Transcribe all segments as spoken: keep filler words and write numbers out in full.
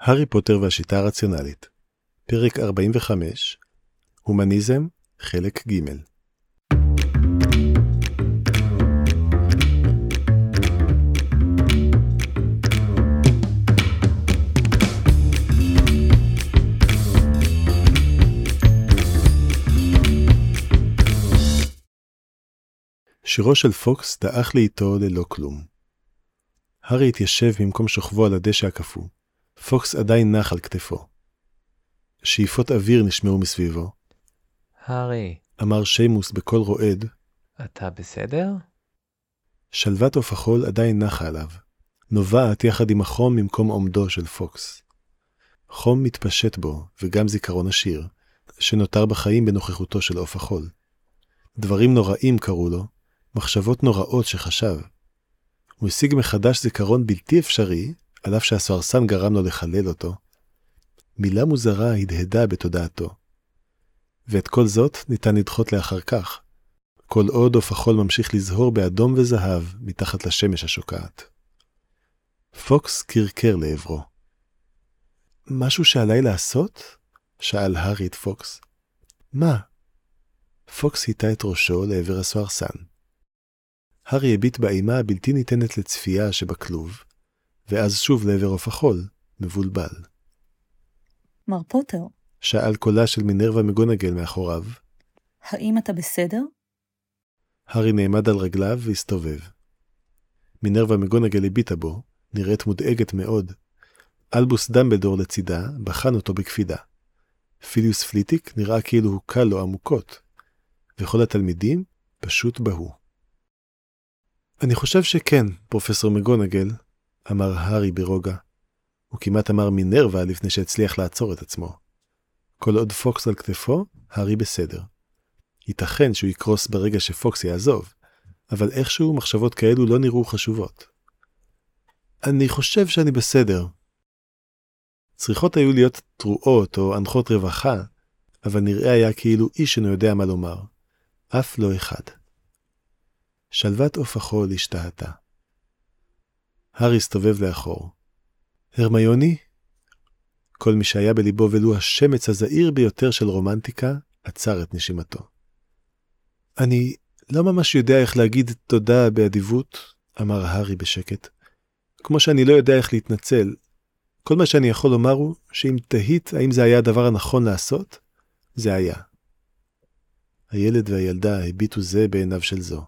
הארי פוטר והשיטה הרציונלית, פרק ארבעים וחמש, הומניזם, חלק ג'. שירו של פוקס דעך לאיתו ללא כלום. הארי התיישב במקום שוכבו על הדשא הקפוא. פוקס עדיין נח על כתפו. שאיפות אוויר נשמעו מסביבו. הארי, אמר שיימוס בקול רועד. אתה בסדר? שלוות עוף החול עדיין נחה עליו, נובעת יחד עם החום ממקום עומדו של פוקס. חום מתפשט בו, וגם זיכרון השיר, שנותר בחיים בנוכחותו של עוף החול. דברים נוראים קראו לו, מחשבות נוראות שחשב. הוא השיג מחדש זיכרון בלתי אפשרי, על אף שהסוהרסן גרם לו לחלל אותו. מילה מוזרה הדהדה בתודעתו. ואת כל זאת ניתן לדחות לאחר כך, כל עוד עוף החול ממשיך לזהור באדום וזהב מתחת לשמש השוקעת. פוקס קרקר לעברו. משהו שעליי לעשות? שאל הארי את פוקס. מה? פוקס היטה את ראשו לעבר הסוהרסן. הארי הביט באימה הבלתי ניתנת לצפייה שבכלוב, ואז שוב לעבר עוף החול, מבולבל. מר פוטר, שאל קולה של מינרווה מגונגל מאחוריו. האם אתה בסדר? הארי נעמד על רגליו והסתובב. מינרווה מגונגל הביטה בו, נראית מודאגת מאוד. אלבוס דמבלדור לצידה בחן אותו בקפידה. פיליוס פליטיק נראה כאילו הוא קל לו עמוקות, וכל התלמידים פשוט בהו. אני חושב שכן, פרופסור מגונגל, אמר הארי ברוגע. הוא כמעט אמר מינרווה לפני שהצליח לעצור את עצמו. כל עוד פוקס על כתפו, הארי בסדר. ייתכן שהוא יקרוס ברגע שפוקס יעזוב, אבל איכשהו מחשבות כאלו לא נראו חשובות. אני חושב שאני בסדר. צריכות היו להיות תרועות או אנחות רווחה, אבל נראה היה כאילו איש אינו יודע מה לומר. אף לא אחד. שלוות עוף החול השתהתה. הארי הסתובב לאחור. הרמיוני? כל מי שהיה בליבו ולו השמץ הזעיר ביותר של רומנטיקה, עצר את נשימתו. אני לא ממש יודע איך להגיד תודה באדיבות, אמר הארי בשקט. כמו שאני לא יודע איך להתנצל, כל מה שאני יכול לומר הוא שאם תהית האם זה היה הדבר הנכון לעשות, זה היה. הילד והילדה הביטו זה בעיניו של זו.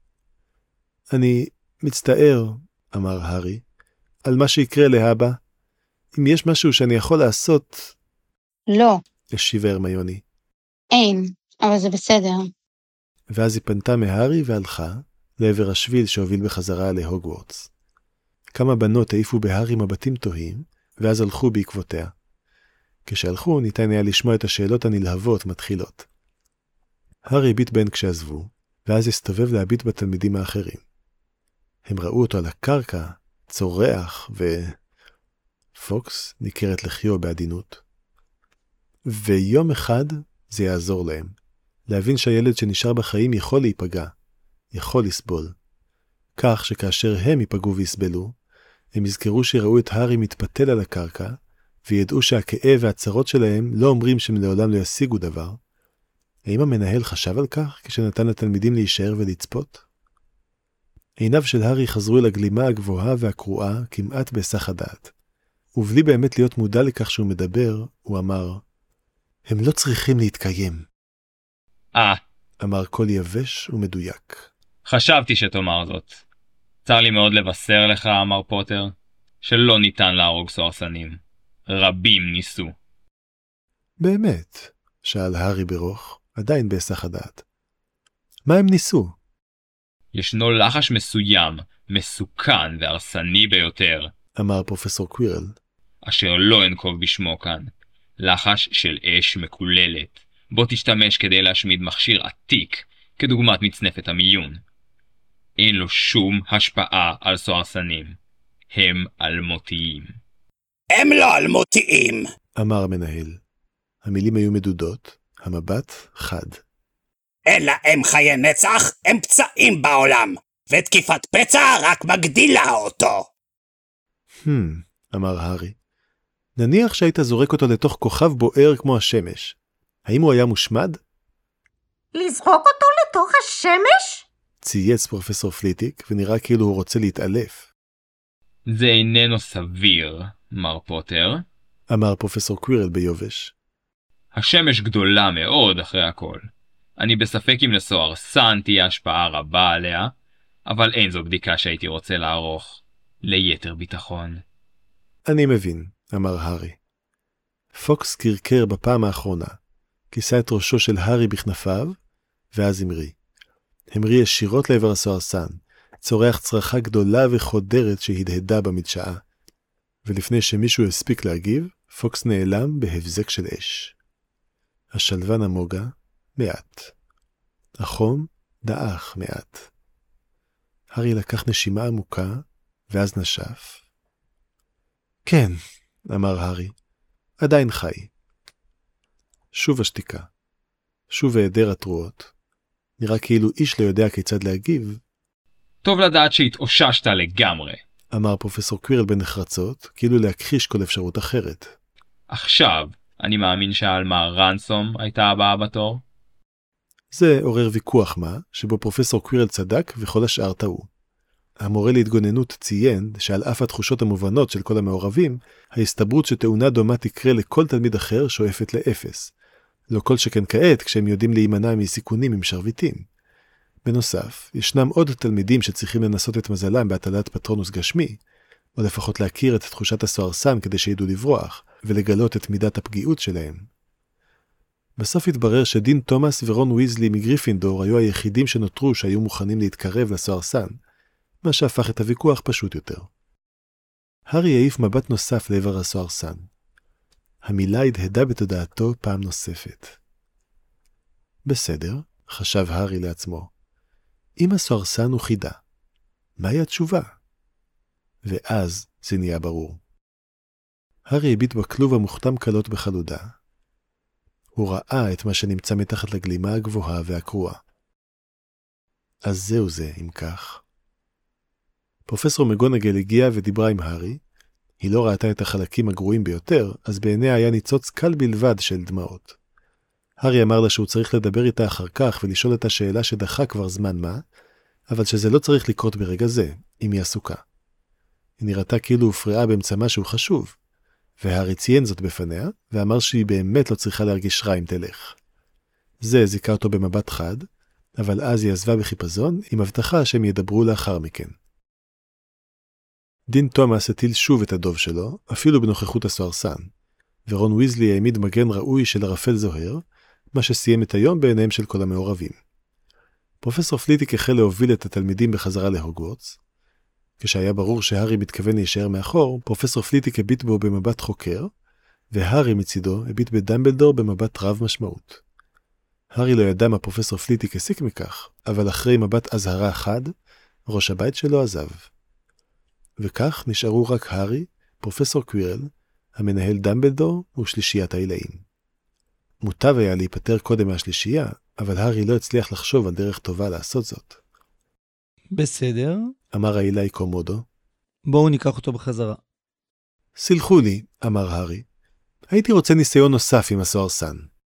אני מצטער, אמר הארי, על מה שיקרה להבא. אם יש משהו שאני יכול לעשות... לא. השיבה הרמיוני. אין, אבל זה בסדר. ואז היא פנתה מהארי והלכה לעבר השביל שהוביל בחזרה להוגוורטס. כמה בנות העיפו בהארי מבטים תוהים, ואז הלכו בעקבותיה. כשהלכו ניתן היה לשמוע את השאלות הנלהבות מתחילות. הארי הביט בהן כשעזבו, ואז הסתובב להביט בתלמידים האחרים. הם ראו אותו על הקרקע, צורח, ו... פוקס ניכרת לחיו בעדינות. ויום אחד זה יעזור להם. להבין שהילד שנשאר בחיים יכול להיפגע, יכול לסבול. כך שכאשר הם ייפגעו ויסבלו, הם יזכרו שראו את הארי מתפתל על הקרקע, וידעו שהכאב והצרות שלהם לא אומרים שהם לעולם לא ישיגו דבר. האם המנהל חשב על כך כשנתן לתלמידים להישאר ולצפות? עיניו של הארי חזרו אל הגלימה הגבוהה והקרועה כמעט בהיסח הדעת. ובלי באמת להיות מודע לכך שהוא מדבר, הוא אמר, הם לא צריכים להתקיים. אה. אמר קול יבש ומדויק. חשבתי שתאמר זאת. צר לי מאוד לבשר לך, אמר פוטר, שלא ניתן להרוג סוהרסנים. רבים ניסו. באמת? שאל הארי ברוך, עדיין בהיסח הדעת. מה הם ניסו? ישנו לחש מסוים, מסוכן והרסני ביותר, אמר פרופסור קווירל, אשר לא אנקוב בשמו כאן. לחש של אש מקוללת, בו תשתמש כדי להשמיד מכשיר עתיק, כדוגמת מצנפת המיון. אין לו שום השפעה על סוהרסנים. הם אלמותיים. הם לא אלמותיים, אמר המנהל. המילים היו מדודות, המבט חד. אלא הם חיי נצח, הם פצעים בעולם, ותקיפת פצע רק מגדילה אותו. Hmm, אמר הארי. נניח שהיית זורק אותו לתוך כוכב בוער כמו השמש. האם הוא היה מושמד? לזרוק אותו לתוך השמש? צייץ פרופסור פליטיק, ונראה כאילו הוא רוצה להתעלף. זה איננו סביר, מר פוטר. אמר פרופסור קווירל ביובש. השמש גדולה מאוד אחרי הכל. אני בספק אם לסוהרסן תהיה השפעה רבה עליה, אבל אין זו בדיקה שהייתי רוצה לערוך. ליתר ביטחון. אני מבין, אמר הארי. פוקס קרקר בפעם האחרונה, כיסה את ראשו של הארי בכנפיו, ואז המריא. המריא ישירות לעבר הסוהרסן, צורח צרחה גדולה וחודרת שהדהדה במדשאה. ולפני שמישהו הספיק להגיב, פוקס נעלם בהבזק של אש. השלווה נמוגה מעט. החום דעך מעט. הארי לקח נשימה עמוקה, ואז נשף. כן, אמר הארי, עדיין חי. שוב השתיקה. שוב היעדר התרועות. נראה כאילו איש לא יודע כיצד להגיב. טוב לדעת שהתאוששת לגמרי. אמר פרופסור קווירל בנחרצות, כאילו להכחיש כל אפשרות אחרת. עכשיו, אני מאמין שהעלמה רנסום הייתה הבאה בתור. זה עורר ויכוח מה, שבו פרופסור קווירל צדק וכל השאר טעו. המורה להתגוננות ציין שעל אף התחושות המובנות של כל המעורבים, ההסתברות שתאונה דומה תקרה לכל תלמיד אחר שואפת לאפס. לא כל שכן כעת כשהם יודעים להימנע מסיכונים עם שרביטים. בנוסף, ישנם עוד תלמידים שצריכים לנסות את מזלם בהטלת פטרונוס גשמי, או לפחות להכיר את תחושת הסוהרסן כדי שידעו לברוח, ולגלות את מידת הפגיעות שלהם. בסוף התברר שדין תומאס ורון ויזלי מגריפינדור היו היחידים שנותרו שהיו מוכנים להתקרב לסוהרסן, מה שהפך את הוויכוח פשוט יותר. הארי העיף מבט נוסף לעבר הסוהרסן. המילה הדהדה בתודעתו פעם נוספת. בסדר, חשב הארי לעצמו. אם הסוהרסן הוא חידה, מהי התשובה? ואז זה נהיה ברור. הארי הביט בכלוב המוכתם קלות בחלודה. הוא ראה את מה שנמצא מתחת לגלימה הגבוהה והקרועה. אז זהו זה, אם כך. פרופסור מגונגל הגיעה ודיברה עם הארי. היא לא ראתה את החלקים הגרועים ביותר, אז בעיניה היה ניצוץ קל בלבד של דמעות. הארי אמר לה שהוא צריך לדבר איתה אחר כך ולשאול את השאלה שדחה כבר זמן מה, אבל שזה לא צריך לקרות ברגע זה, אם היא עסוקה. היא נראתה כאילו הופרעה באמצע משהו חשוב, והארי ציין זאת בפניה, ואמר שהיא באמת לא צריכה להרגיש רע אם תלך. זה זיקה אותו במבט חד, אבל אז היא עזבה בחיפזון, עם הבטחה שהם ידברו לאחר מכן. דין תומאס הטיל שוב את הדוב שלו, אפילו בנוכחות הסוהרסן, ורון ויזלי העמיד מגן ראוי של ערפל זוהר, מה שסיים את היום בעיניהם של כל המעורבים. פרופסור פליטיק החל להוביל את התלמידים בחזרה להוגוורטס. כשהיה ברור שהארי מתכוון להישאר מאחור, פרופסור פליטיק הביט בו במבט חוקר, והארי מצידו הביט בדמבלדור במבט רב משמעות. הארי לא ידע מה פרופסור פליטיק הסיק מכך, אבל אחרי מבט אזהרה חד, ראש הבית שלו עזב. וכך נשארו רק הארי, פרופסור קווירל, המנהל דמבלדור ושלישיית העילאים. מוטב היה להיפטר קודם מהשלישייה, אבל הארי לא הצליח לחשוב על דרך טובה לעשות זאת. בסדר. אמר העילאי קומודו. בואו ניקח אותו בחזרה. סלחו לי, אמר הארי. הייתי רוצה ניסיון נוסף עם הסוהרסן.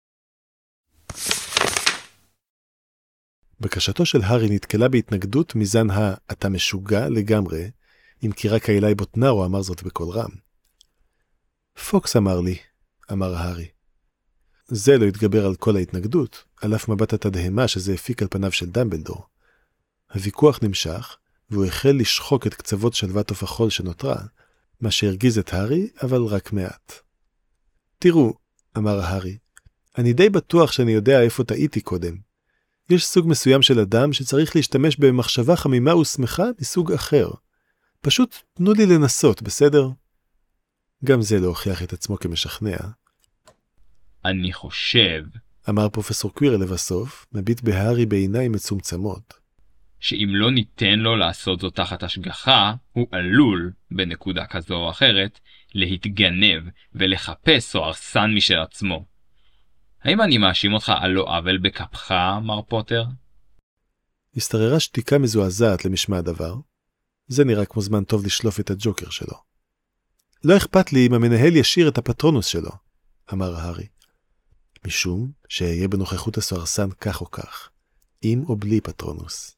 בקשתו של הארי נתקלה בהתנגדות מזן ה "אתה משוגע" לגמרי, אם כי רק העילאי בוטנרו אמר זאת בקול רם. פוקס אמר לי, אמר הארי. זה לא התגבר על כל ההתנגדות, על אף מבט התדהמה שזה הפיק על פניו של דמבלדור. הוויכוח נמשך, והוא החל לשחוק את קצוות שלוות עוף החול שנותרה, מה שהרגיז את הארי, אבל רק מעט. תראו, אמר הארי, אני די בטוח שאני יודע איפה טעיתי קודם. יש סוג מסוים של אדם שצריך להשתמש במחשבה חמימה ושמחה מסוג אחר. פשוט תנו לי לנסות, בסדר? גם זה לא הוכיח את עצמו כמשכנע. אני חושב, אמר פרופסור קווירל לבסוף, מביט בהארי בעיניים מצומצמות, שאם לא ניתן לו לעשות זאת תחת השגחה, הוא עלול, בנקודה כזו או אחרת, להתגנב ולחפש סוהרסן משל עצמו. האם אני מאשים אותך על לא עוול בכפך, מר פוטר? השתררה שתיקה מזועזעת למשמע הדבר. זה נראה כמו זמן טוב לשלוף את הג'וקר שלו. לא אכפת לי אם המנהל ישיר את הפטרונוס שלו, אמר הארי. משום שיהיה בנוכחות הסוהרסן כך או כך, עם או בלי פטרונוס.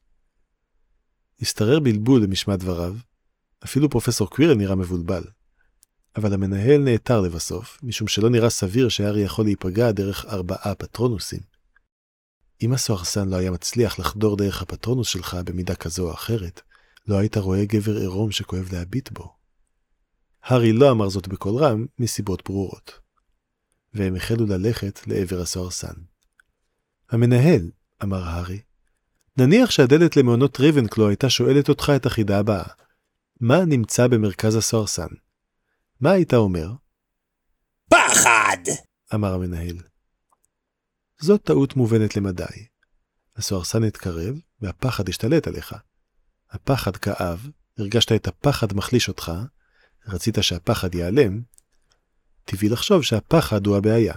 הסתרר בלבול למשמע דבריו, אפילו פרופסור קווירל נראה מבולבל. אבל המנהל נעתר לבסוף, משום שלא נראה סביר שהארי יכול להיפגע דרך ארבעה פטרונוסים. אם הסוהרסן לא היה מצליח לחדור דרך הפטרונוס שלך במידה כזו או אחרת, לא היית רואה גבר עירום שכואב להביט בו. הארי לא אמר זאת בקול רם מסיבות ברורות. והם החלו ללכת לעבר הסוהרסן. המנהל, אמר הארי, נניח שהדלת למעונות רייבנקלו הייתה שואלת אותך את החידה הבאה. מה נמצא במרכז הסוהרסן? מה היית אומר? פחד! אמר המנהל. זאת טעות מובנת למדי. הסוהרסן התקרב, והפחד השתלט עליך. הפחד כאב, הרגשת את הפחד מחליש אותך, רצית שהפחד ייעלם, טבעי לחשוב שהפחד הוא הבעיה.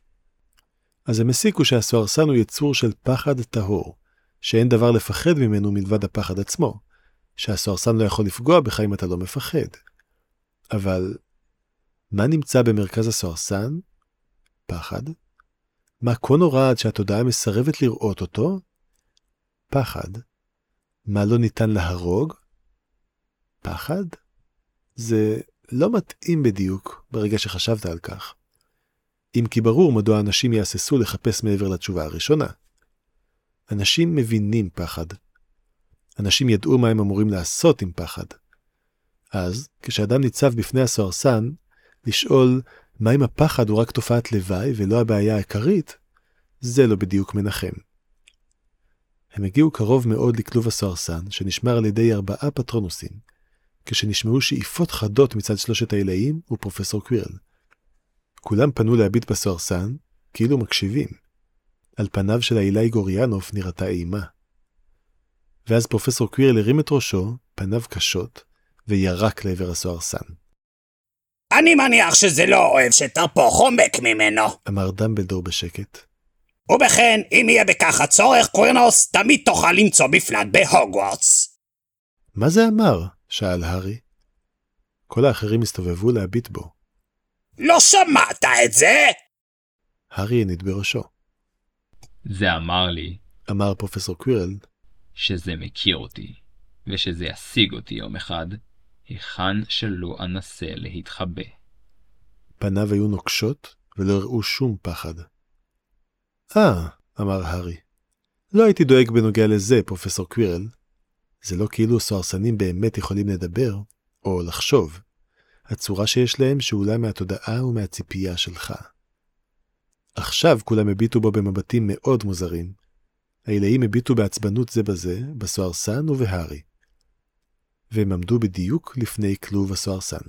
אז הם הסיקו שהסוהרסן הוא יצור של פחד טהור, שאין דבר לפחד ממנו מלבד הפחד עצמו, שהסוהרסן לא יכול לפגוע בך אם אתה לא מפחד. אבל מה נמצא במרכז הסוהרסן? פחד. מה כה נורא עד שהתודעה מסרבת לראות אותו? פחד. מה לא ניתן להרוג? פחד? זה לא מתאים בדיוק ברגע שחשבת על כך. אם כי ברור מדוע אנשים יאססו לחפש מעבר לתשובה הראשונה. אנשים מבינים פחד. אנשים ידעו מה הם אמורים לעשות עם פחד. אז, כשאדם ניצב בפני הסוהרסן, לשאול מה אם הפחד הוא רק תופעת לוואי ולא הבעיה העיקרית, זה לא בדיוק מנחם. הם הגיעו קרוב מאוד לכלוב הסוהרסן, שנשמר על ידי ארבעה פטרונוסים, כשנשמעו שאיפות חדות מצד שלושת העילאים ופרופסור קווירל. כולם פנו להביט בסוהרסן, כאילו מקשיבים. על פניו של העילאי גוריאנוף נראתה אימה. ואז פרופסור קווירל הרים את ראשו, פניו קשות, וירק לעבר הסוהרסן. אני מניח שזה לא אוהב שתרפוך עומק ממנו, אמר דמבלדור בשקט. ובכן, אם יהיה בכך הצורך, קווירנוס, תמיד תוכל למצוא מפלט בהוגוורטס. מה זה אמר? שאל הארי. כל האחרים הסתובבו להביט בו. לא שמעת את זה? הארי הניד בראשו. זה אמר לי, אמר פרופסור קווירל, שזה מכיר אותי, ושזה ישיג אותי יום אחד, היכן שלא אנסה להתחבא. פניו היו נוקשות ולא הראו שום פחד. אה, אמר הארי, לא הייתי דואג בנוגע לזה, פרופסור קווירל. זה לא כאילו סוהרסנים באמת יכולים לדבר, או לחשוב. הצורה שיש להם שאולה מהתודעה ומהציפייה שלך. עכשיו כולם הביטו בו במבטים מאוד מוזרים. העילאים הביטו בעצבנות זה בזה, בסוהרסן ובהארי. והם עמדו בדיוק לפני כלוב הסוהרסן.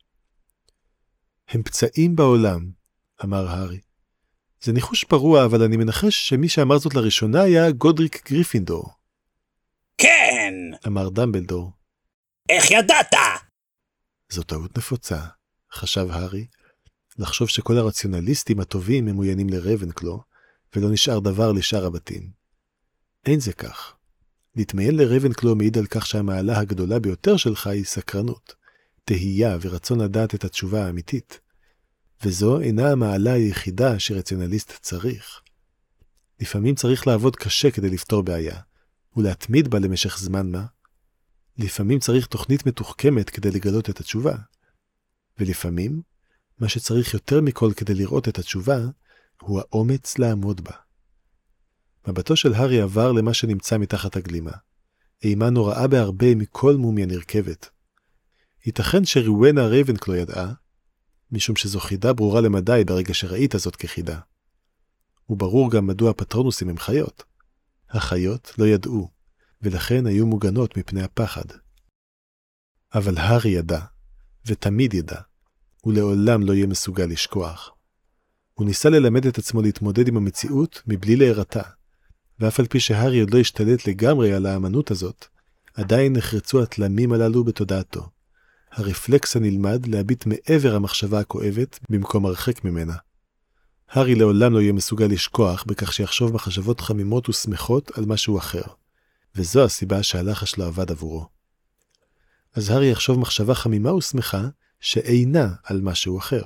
הם פצעים בעולם, אמר הארי. זה ניחוש פרוע, אבל אני מנחש שמי שאמר זאת לראשונה היה גודריק גריפינדור. כן! אמר דמבלדור. איך ידעת? זו טעות נפוצה, חשב הארי, לחשוב שכל הרציונליסטים הטובים ממוינים לרייבנקלו, ולא נשאר דבר לשאר הבתים. אין זה כך. להתמיין לרייבנקלו מעיד על כך שהמעלה הגדולה ביותר שלך היא סקרנות, תהייה ורצון לדעת את התשובה האמיתית. וזו אינה המעלה היחידה שרציונליסט צריך. לפעמים צריך לעבוד קשה כדי לפתור בעיה, ולהתמיד בה למשך זמן מה. לפעמים צריך תוכנית מתוחכמת כדי לגלות את התשובה. ולפעמים, מה שצריך יותר מכל כדי לראות את התשובה, הוא האומץ לעמוד בה. מבטו של הארי עבר למה שנמצא מתחת הגלימה. אימה נוראה בהרבה מכל מומיה נרכבת. ייתכן שריוונה רייבנקלו ידעה, משום שזו חידה ברורה למדי ברגע שראית זאת כחידה. וברור גם מדוע הפטרונוסים הם חיות. החיות לא ידעו, ולכן היו מוגנות מפני הפחד. אבל הארי ידע, ותמיד ידע, ולעולם לא יהיה מסוגל לשכוח. הוא ניסה ללמד את עצמו להתמודד עם המציאות מבלי להירתע, ואף על פי שהארי עוד לא השתלט לגמרי על האמנות הזאת, עדיין נחרצו התלמים הללו בתודעתו. הרפלקס הנלמד להביט מעבר המחשבה הכואבת במקום הרחק ממנה. הארי לעולם לא יהיה מסוגל לשכוח בכך שיחשוב מחשבות חמימות ושמחות על משהו אחר, וזו הסיבה שהלחש לא עבד עבורו. אז הארי יחשוב מחשבה חמימה ושמחה שאינה על משהו אחר.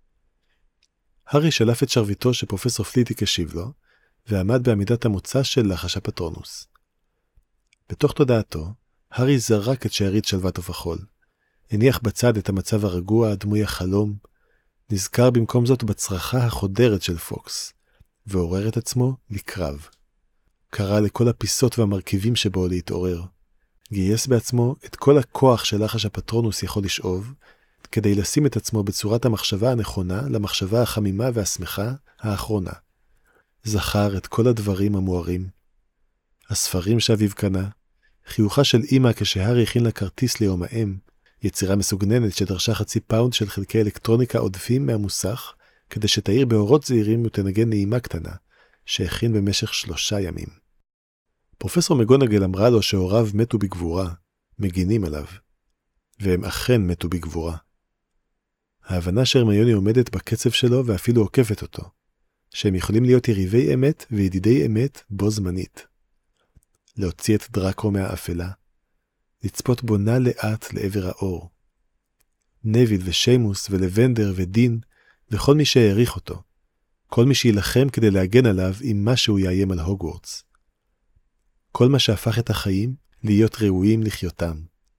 הארי שלף את שרביטו שפרופסור פליטיק השיב לו, ועמד בעמידת המוצא של לחש הפטרונוס. בתוך תודעתו, הארי זרק את שארית שלוות הפחול, הניח בצד את המצב הרגוע הדמוי החלום, נזכר במקום זאת בצרחה החודרת של פוקס, ועורר את עצמו לקרב. קרא לכל הפיסות והמרכיבים שבו להתעורר. גייס בעצמו את כל הכוח של לחש הפטרונוס יכול לשאוב, כדי לשים את עצמו בצורת המחשבה הנכונה למחשבה החמימה והשמחה האחרונה. זכר את כל הדברים המוארים. הספרים שאביו קנה, חיוכה של אמא כשהארי הכין לה כרטיס ליום האם, יצירה מסוגננת שדרשה חצי פאונד של חלקי אלקטרוניקה עודפים מהמוסך, כדי שתאיר באורות זעירים ותנגן נעימה קטנה, שהכין במשך שלושה ימים. פרופסור מגונגל אמרה לו שהוריו מתו בגבורה, מגינים עליו, והם אכן מתו בגבורה. ההבנה שהרמיוני עומדת בקצב שלו ואפילו עוקפת אותו, שהם יכולים להיות יריבי אמת וידידי אמת בו זמנית. להוציא את דרקו מהאפלה, לצפות בו נע לאט לעבר האור. נביל ושיימוס ולוונדר ודין וכל מי שהעריך אותו, כל מי שילחם כדי להגן עליו עם מה שהוא יאיים על הוגוורטס. כל מה שהפך את החיים להיות ראויים לחיותם.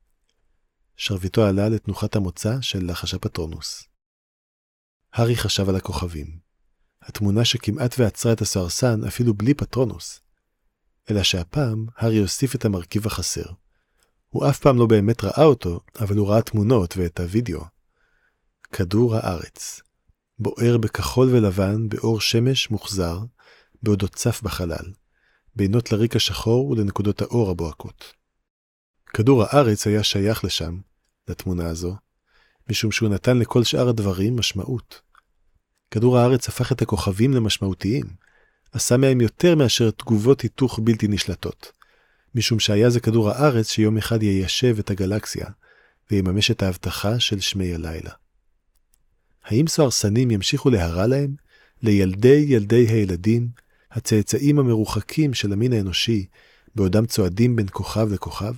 שרביטו עלה לתנוחת המוצא של לחש הפטרונוס. הארי חשב על הכוכבים. התמונה שכמעט ועצרה את הסוהרסן אפילו בלי פטרונוס. אלא שהפעם הארי הוסיף את המרכיב החסר. הוא אף פעם לא באמת ראה אותו, אבל הוא ראה תמונות ואת הוידאו. כדור הארץ. בוער בכחול ולבן באור שמש מוחזר, בעודו צף בחלל, בינות לריק השחור ולנקודות האור הבוהקות. כדור הארץ היה שייך לשם, לתמונה הזו, משום שהוא נתן לכל שאר הדברים משמעות. כדור הארץ הפך את הכוכבים למשמעותיים, עשה מהם יותר מאשר תגובות היתוך בלתי נשלטות, משום שהיה זה כדור הארץ שיום אחד יישב את הגלקסיה, ויממש את ההבטחה של שמי הלילה. האם סוהרסנים ימשיכו להרע להם, לילדי ילדי הילדים, הצאצאים המרוחקים של המין האנושי, בעודם צועדים בין כוכב לכוכב?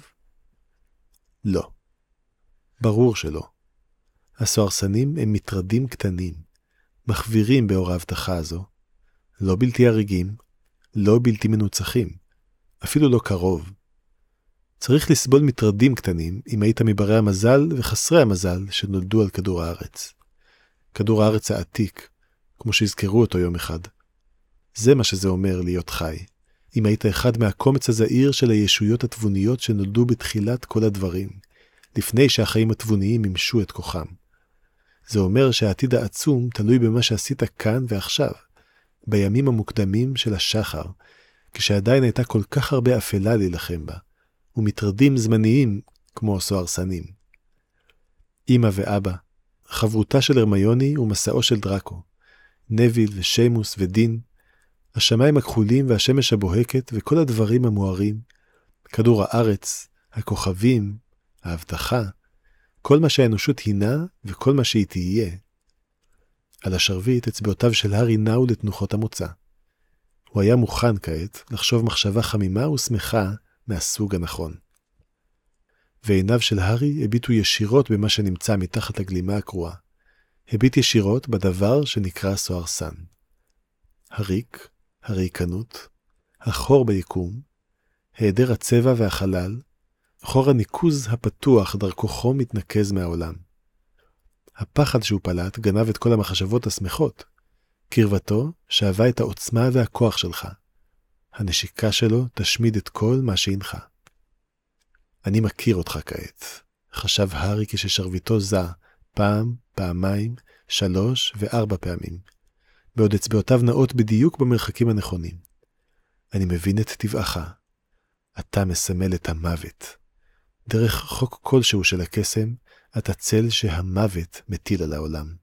לא. ברור שלא. הסוהרסנים הם מטרדים קטנים, מחבירים באור ההבטחה הזו, לא בלתי הריגים, לא בלתי מנוצחים, אפילו לא קרוב. צריך לסבול מטרדים קטנים אם היית מברי המזל וחסרי המזל שנולדו על כדור הארץ. כדור הארץ העתיק, כמו שהזכרו אותו יום אחד. זה מה שזה אומר להיות חי, אם היית אחד מהקומץ הזעיר של הישויות התבוניות שנולדו בתחילת כל הדברים, לפני שהחיים התבוניים ימשו את כוחם. זה אומר שהעתיד העצום תלוי במה שעשית כאן ועכשיו, בימים המוקדמים של השחר, כשעדיין הייתה כל כך הרבה אפלה להילחם בה, ומטרדים זמניים כמו סוהרסנים. אמא ואבא, חברותה של הרמיוני ומסעו של דרקו, נביל ושיימוס ודין, השמיים הכחולים והשמש הבוהקת וכל הדברים המוארים, כדור הארץ, הכוכבים, ההבטחה, כל מה שהאנושות הינה וכל מה שהיא תהיה. על השרביט אצבעותיו של הארי נעו לתנוחות המוצא. הוא היה מוכן כעת לחשוב מחשבה חמימה ושמחה מהסוג הנכון. ועיניו של הארי הביטו ישירות במה שנמצא מתחת הגלימה הקרועה. הביט ישירות בדבר שנקרא סוהרסן. הריק, הריקנות, החור ביקום, היעדר הצבע והחלל, חור הניקוז הפתוח דרכו חום מתנקז מהעולם. הפחד שהוא פלט גנב את כל המחשבות השמחות. קרבתו שאהבה את העוצמה והכוח שלך. הנשיקה שלו תשמיד את כל מה שהנחה. אני מכיר אותך כעת, חשב הארי כששרביטו זה פעם, פעמיים, שלוש וארבע פעמים, בעוד אצבעותיו נעות בדיוק במרחקים הנכונים. אני מבין את טבעך. אתה מסמל את המוות. דרך חוק כלשהו של הקסם, אתה צל שהמוות מטיל על העולם.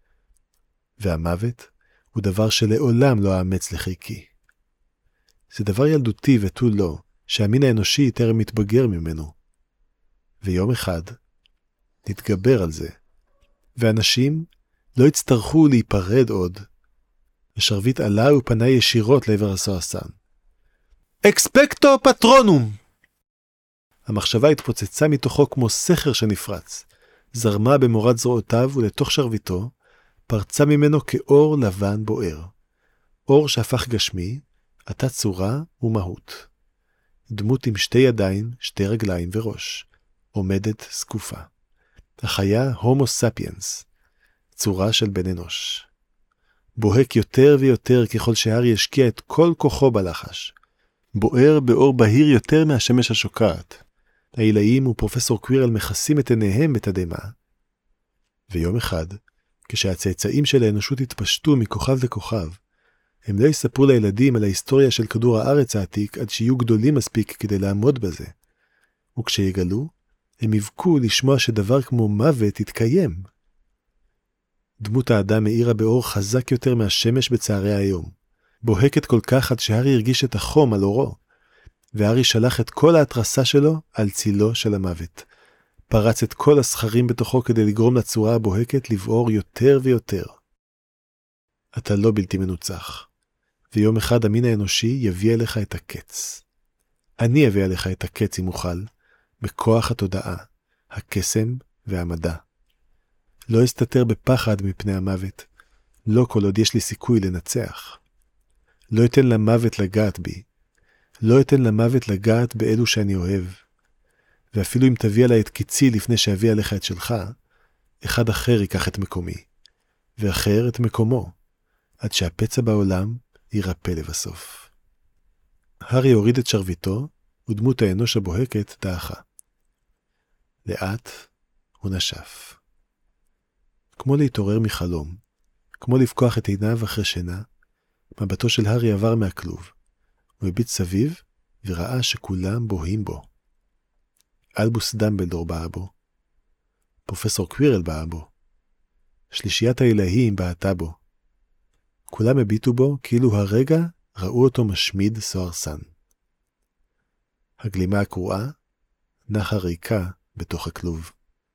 והמוות הוא דבר שלעולם לא האמץ לחיקי. זה דבר ילדותי ותו לא, שהמין האנושי טרם מתבגר ממנו. ויום אחד נתגבר על זה, ואנשים לא יצטרכו להיפרד עוד. השרביט עלה ופנה ישירות לעבר הסוהרסן. אקספקטו פטרונום! המחשבה התפוצצה מתוכו כמו סכר שנפרץ, זרמה במורד זרועותיו ולתוך שרביטו, פרצה ממנו כאור לבן בוער. אור שהפך גשמי, עתה צורה ומהות. דמות עם שתי ידיים, שתי רגליים וראש, עומדת סקופה. החיה הומו ספיאנס, צורה של בן אנוש. בוהק יותר ויותר ככל שהארי השקיע את כל כוחו בלחש. בוער באור בהיר יותר מהשמש השוקעת. העילאים ופרופסור קווירל מכסים את עיניהם בתדהמה. ויום אחד, כשהצאצאים של האנושות התפשטו מכוכב לכוכב, הם לא יספרו לילדים על ההיסטוריה של כדור הארץ העתיק עד שיהיו גדולים מספיק כדי לעמוד בזה. וכשיגלו, הם יבכו לשמוע שדבר כמו מוות יתקיים. דמות האדם מאירה באור חזק יותר מהשמש בצהרי היום. בוהקת כל כך עד שהארי הרגיש את החום על אורו, והארי שלח את כל ההתרסה שלו על צילו של המוות. פרץ את כל הסחרים בתוכו כדי לגרום לצורה הבוהקת לבעור יותר ויותר. אתה לא בלתי מנוצח, ויום אחד המין האנושי יביא אליך את הקץ. אני אביא אליך את הקץ אם אוכל, בכוח התודעה, הקסם והמדע. לא אסתתר בפחד מפני המוות, לא כל עוד יש לי סיכוי לנצח. לא אתן למוות לגעת בי, לא אתן למוות לגעת באלו שאני אוהב. ואפילו אם תביא עליי את קיצי לפני שאביא עליך את שלך, אחד אחר ייקח את מקומי, ואחר את מקומו, עד שהפצע בעולם יירפא לבסוף. הארי הוריד את שרביטו, ודמות האנוש הבוהקת דעכה. לאט הוא נשף. כמו להתעורר מחלום, כמו לפקוח את עיניו אחרי שינה, מבטו של הארי עבר מהכלוב. הוא הביט סביב וראה שכולם בוהים בו. אלבוס דמבלדור באה בו. פרופסור קווירל באה בו. שלישיית האלוהים בעטה בו. כולם הביטו בו כאילו הרגע ראו אותו משמיד סוהרסן. הגלימה הקרועה נחה ריקה בתוך הכלוב.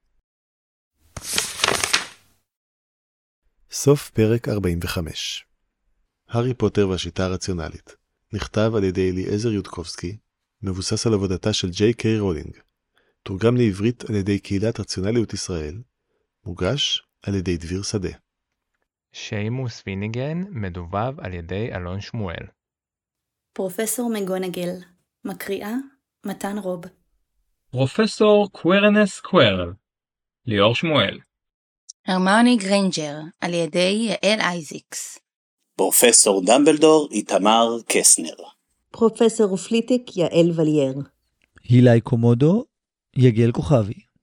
סוף פרק ארבעים וחמש. הארי פוטר והשיטה הרציונלית נכתב על ידי אליעזר יודקובסקי, מבוסס על עבודתה של ג'יי קיי רולינג, תורגם לעברית על ידי קהילת רציונליות ישראל, מוגש על ידי דביר שדה. שיימוס ויניגן מדובב על ידי אלון שמואל. פרופסור מגונגל, מקריאה מתן רוב. פרופסור קווירנס קווירל, ליאור שמואל. הרמיוני גריינג'ר, על ידי יעל אייזיקס. פרופסור דמבלדור איתמר קסנר. פרופסור פליטיק יעל ולייר. הילי קומודו, יגל כוכבי.